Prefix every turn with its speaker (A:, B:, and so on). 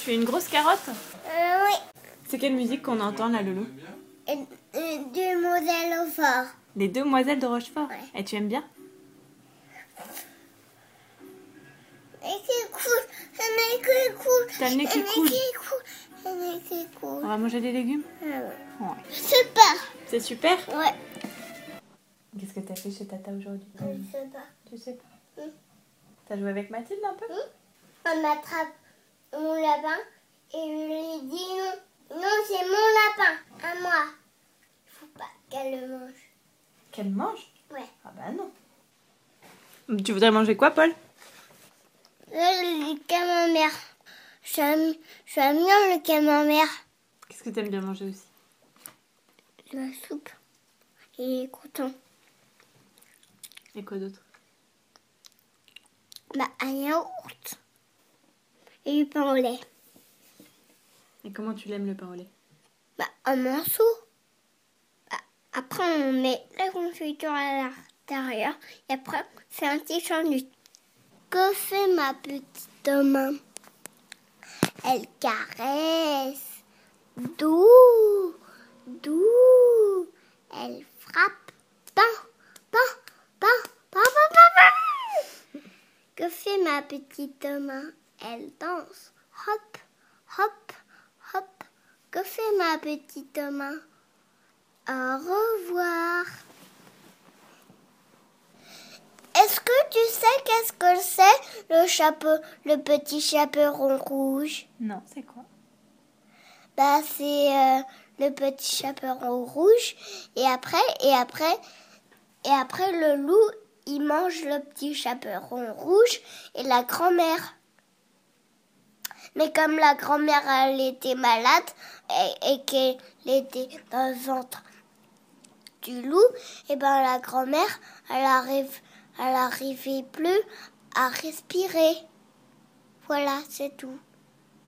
A: Tu es une grosse carotte?
B: Oui.
A: C'est quelle musique qu'on entend là, Loulou?
B: Demoiselles au fort.
A: Les Demoiselles de Rochefort.
B: Ouais.
A: Et tu aimes bien?
B: Et c'est cool. C'est cool.
A: T'as le nez qui coule.
B: C'est cool.
A: On va manger des légumes?
B: Ouais.
A: Ouais.
B: Super.
A: C'est super?
B: Ouais.
A: Qu'est-ce que t'as fait chez Tata aujourd'hui?
B: Je sais pas.
A: Tu sais pas?
B: Mm.
A: T'as joué avec Mathilde un peu?
B: On attrape mon lapin et je lui dis non. Non, c'est mon lapin. À moi. Il faut pas qu'elle le mange.
A: Qu'elle mange?
B: Ouais.
A: Ah bah non. Tu voudrais manger quoi, Paul?
B: Le camembert. J'aime bien le camembert.
A: Qu'est-ce que t'aimes bien manger aussi?
B: La soupe. Il est content.
A: Et quoi d'autre?
B: Un yaourt. Et du pain au lait.
A: Et comment tu l'aimes le pain au lait?
B: Un morceau. Après, on met la confiture à l'intérieur. Et après, c'est un petit sandwich. Que fait ma petite main? Elle caresse. Doux. Doux. Elle frappe. Pan. Pan. Pan. Pan. Pan. Pan. Pan. Que fait ma petite main? Elle danse. Hop. Hop. Hop. Que fait ma petite main? Au revoir. Est-ce que tu sais qu'est-ce que c'est le petit chaperon rouge?
A: Non, c'est quoi?
B: C'est le petit chaperon rouge et après le loup il mange le petit chaperon rouge et la grand-mère. Mais comme la grand-mère elle était malade et qu'elle était dans le ventre du loup, et la grand-mère elle arrivait plus à respirer. Voilà, c'est tout.